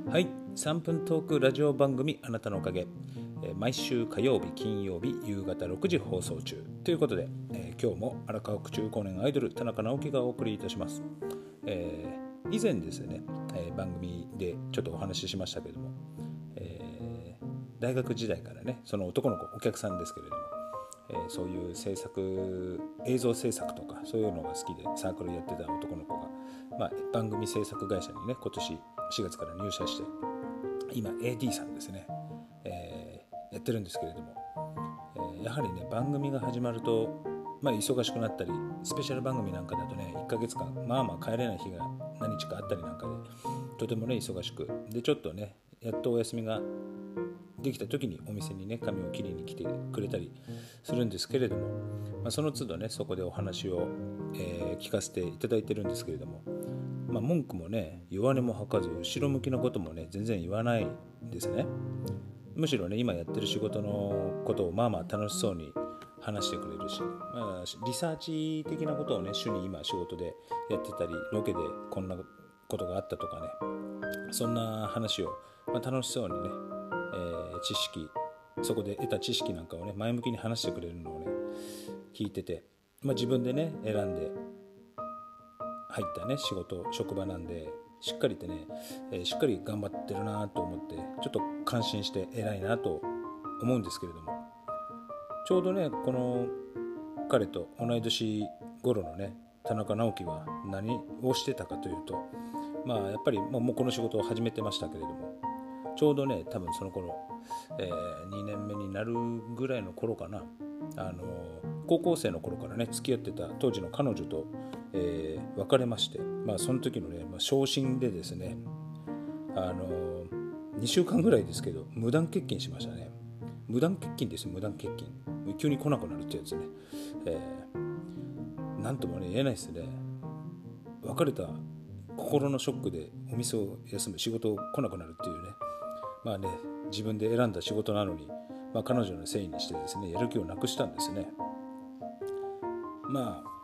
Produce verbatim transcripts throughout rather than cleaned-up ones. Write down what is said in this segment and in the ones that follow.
はい、さんぷんトークラジオ番組あなたのおかげ、えー毎週火曜日金曜日夕方ろくじ放送中ということで、えー今日も荒川区中高年アイドル田中直樹がお送りいたします。えー以前ですね、えー番組でちょっとお話ししましたけれども、えー大学時代からね、その男の子お客さんですけれども、えーそういう制作映像制作とかそういうのが好きでサークルやってた男の子が、まあ、番組制作会社にね今年しがつから入社して今 エーディー さんですね、えーやってるんですけれども、えーやはりね番組が始まると、まあ、忙しくなったり、スペシャル番組なんかだとねいっかげつかんまあまあ帰れない日が何日かあったりなんかで、とてもね忙しくで、ちょっとねやっとお休みができた時にお店にね髪を切りに来てくれたりするんですけれども、まあ、その都度ねそこでお話を、えー聞かせていただいてるんですけれども、まあ、文句もね弱音も吐かず後ろ向きなこともね全然言わないんですね。むしろね今やってる仕事のことをまあまあ楽しそうに話してくれるし、まあ、リサーチ的なことをね主に今仕事でやってたり、ロケでこんなことがあったとかね、そんな話を、まあ、楽しそうにね、えー知識そこで得た知識なんかをね前向きに話してくれるのをね聞いてて、まあ、自分でね選んで入ったね仕事職場なんで、しっかりとね、えーしっかり頑張ってるなと思ってちょっと感心して偉いなと思うんですけれども、ちょうどねこの彼と同い年頃のね田中直樹は何をしてたかというと、まあやっぱりもうこの仕事を始めてましたけれども、ちょうどね多分その頃、えーにねんめになるぐらいの頃かな、あの高校生の頃からね付き合ってた当時の彼女と、えー別れまして、まあその時のね、まあ、昇進でですね、あのにしゅうかんぐらいですけど無断欠勤しましたね。無断欠勤ですよ、無断欠勤。急に来なくなるってやつね、えーなんともね言えないですね。別れた心のショックでお店を休む、仕事を来なくなるっていうね、まあね自分で選んだ仕事なのに、まあ、彼女のせいにしてですねやる気をなくしたんですね。まあ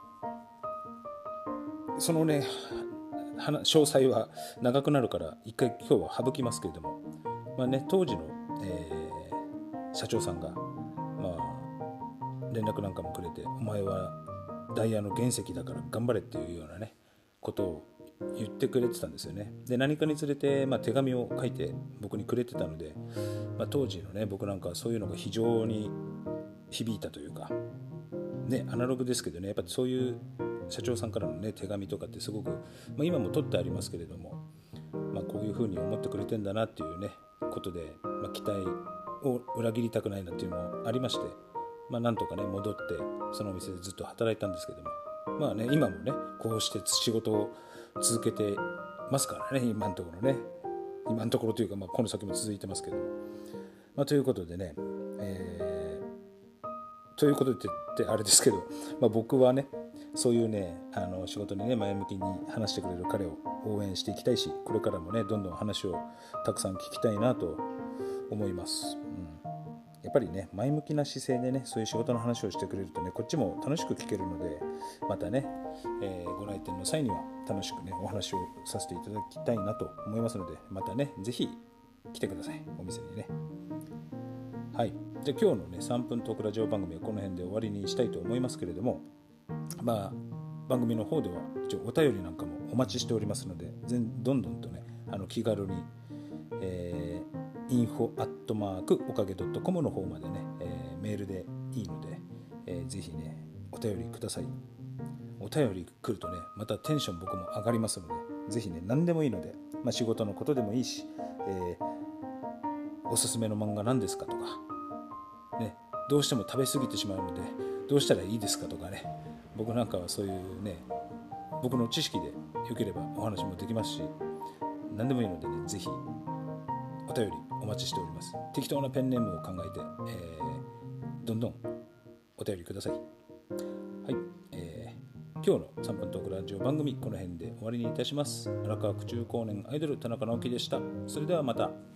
そのね詳細は長くなるから一回今日は省きますけれども、まあね当時の、えー社長さんが、まあ、連絡なんかもくれて、お前はダイヤの原石だから頑張れっていうようなねことを言ってくれてたんですよね。で何かにつれて、まあ、手紙を書いて僕にくれてたので、まあ、当時のね僕なんかはそういうのが非常に響いたというかね、アナログですけどね、やっぱりそういう社長さんからのね手紙とかってすごく、まあ、今も取ってありますけれども、まあ、こういうふうに思ってくれてんだなっていうねことで、まあ、期待を裏切りたくないなっていうのもありまして、まあ、なんとかね戻ってそのお店でずっと働いたんですけども、まあね今もねこうして仕事を続けてますからね、今のところね、今のところというか、まあ、この先も続いてますけども、まあ、ということでね、えー、ということでってあれですけど、まあ、僕はねそういうねあの仕事にね前向きに話してくれる彼を応援していきたいし、これからもねどんどん話をたくさん聞きたいなと思います、うん、やっぱりね前向きな姿勢でねそういう仕事の話をしてくれるとねこっちも楽しく聞けるので、またね、えーご来店の際には楽しくねお話をさせていただきたいなと思いますので、またねぜひ来てください、お店にね。はい、じゃあ今日のねさんぷんトークラジオ番組はこの辺で終わりにしたいと思いますけれども、まあ番組の方では一応お便りなんかもお待ちしておりますので、全どんどんとねあの気軽に、えー、インフォ アットマーク おかげ ドットコム の方までね、えー、メールでいいので、えー、ぜひねお便りください。お便り来るとねまたテンション僕も上がりますので、ぜひね何でもいいので、まあ、仕事のことでもいいし、えー、おすすめの漫画何ですかとかね、どうしても食べ過ぎてしまうのでどうしたらいいですかとかね、僕なんかはそういうね僕の知識でよければお話もできますし、何でもいいのでねぜひお便りお待ちしております。適当なペンネームを考えて、えー、どんどんお便りください。はい、えー、今日のさんぷんトークラジオ番組この辺で終わりにいたします。荒川区中高年アイドル田中直樹でした。それではまた。